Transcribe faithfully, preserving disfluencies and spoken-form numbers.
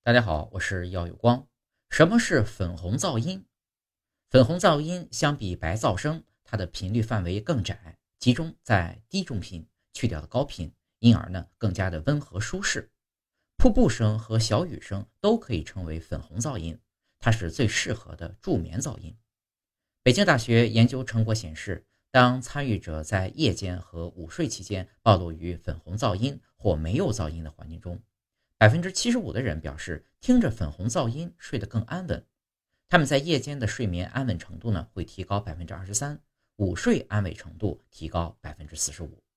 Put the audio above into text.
大家好，我是耀有光。什么是粉红噪音？粉红噪音相比白噪声，它的频率范围更窄，集中在低中频，去掉了高频，因而呢更加的温和舒适。瀑布声和小雨声都可以称为粉红噪音，它是最适合的助眠噪音。北京大学研究成果显示，当参与者在夜间和午睡期间暴露于粉红噪音或没有噪音的环境中，百分之七十五的人表示听着粉红噪音睡得更安稳。他们在夜间的睡眠安稳程度呢会提高百分之二十三，午睡安稳程度提高百分之四十五。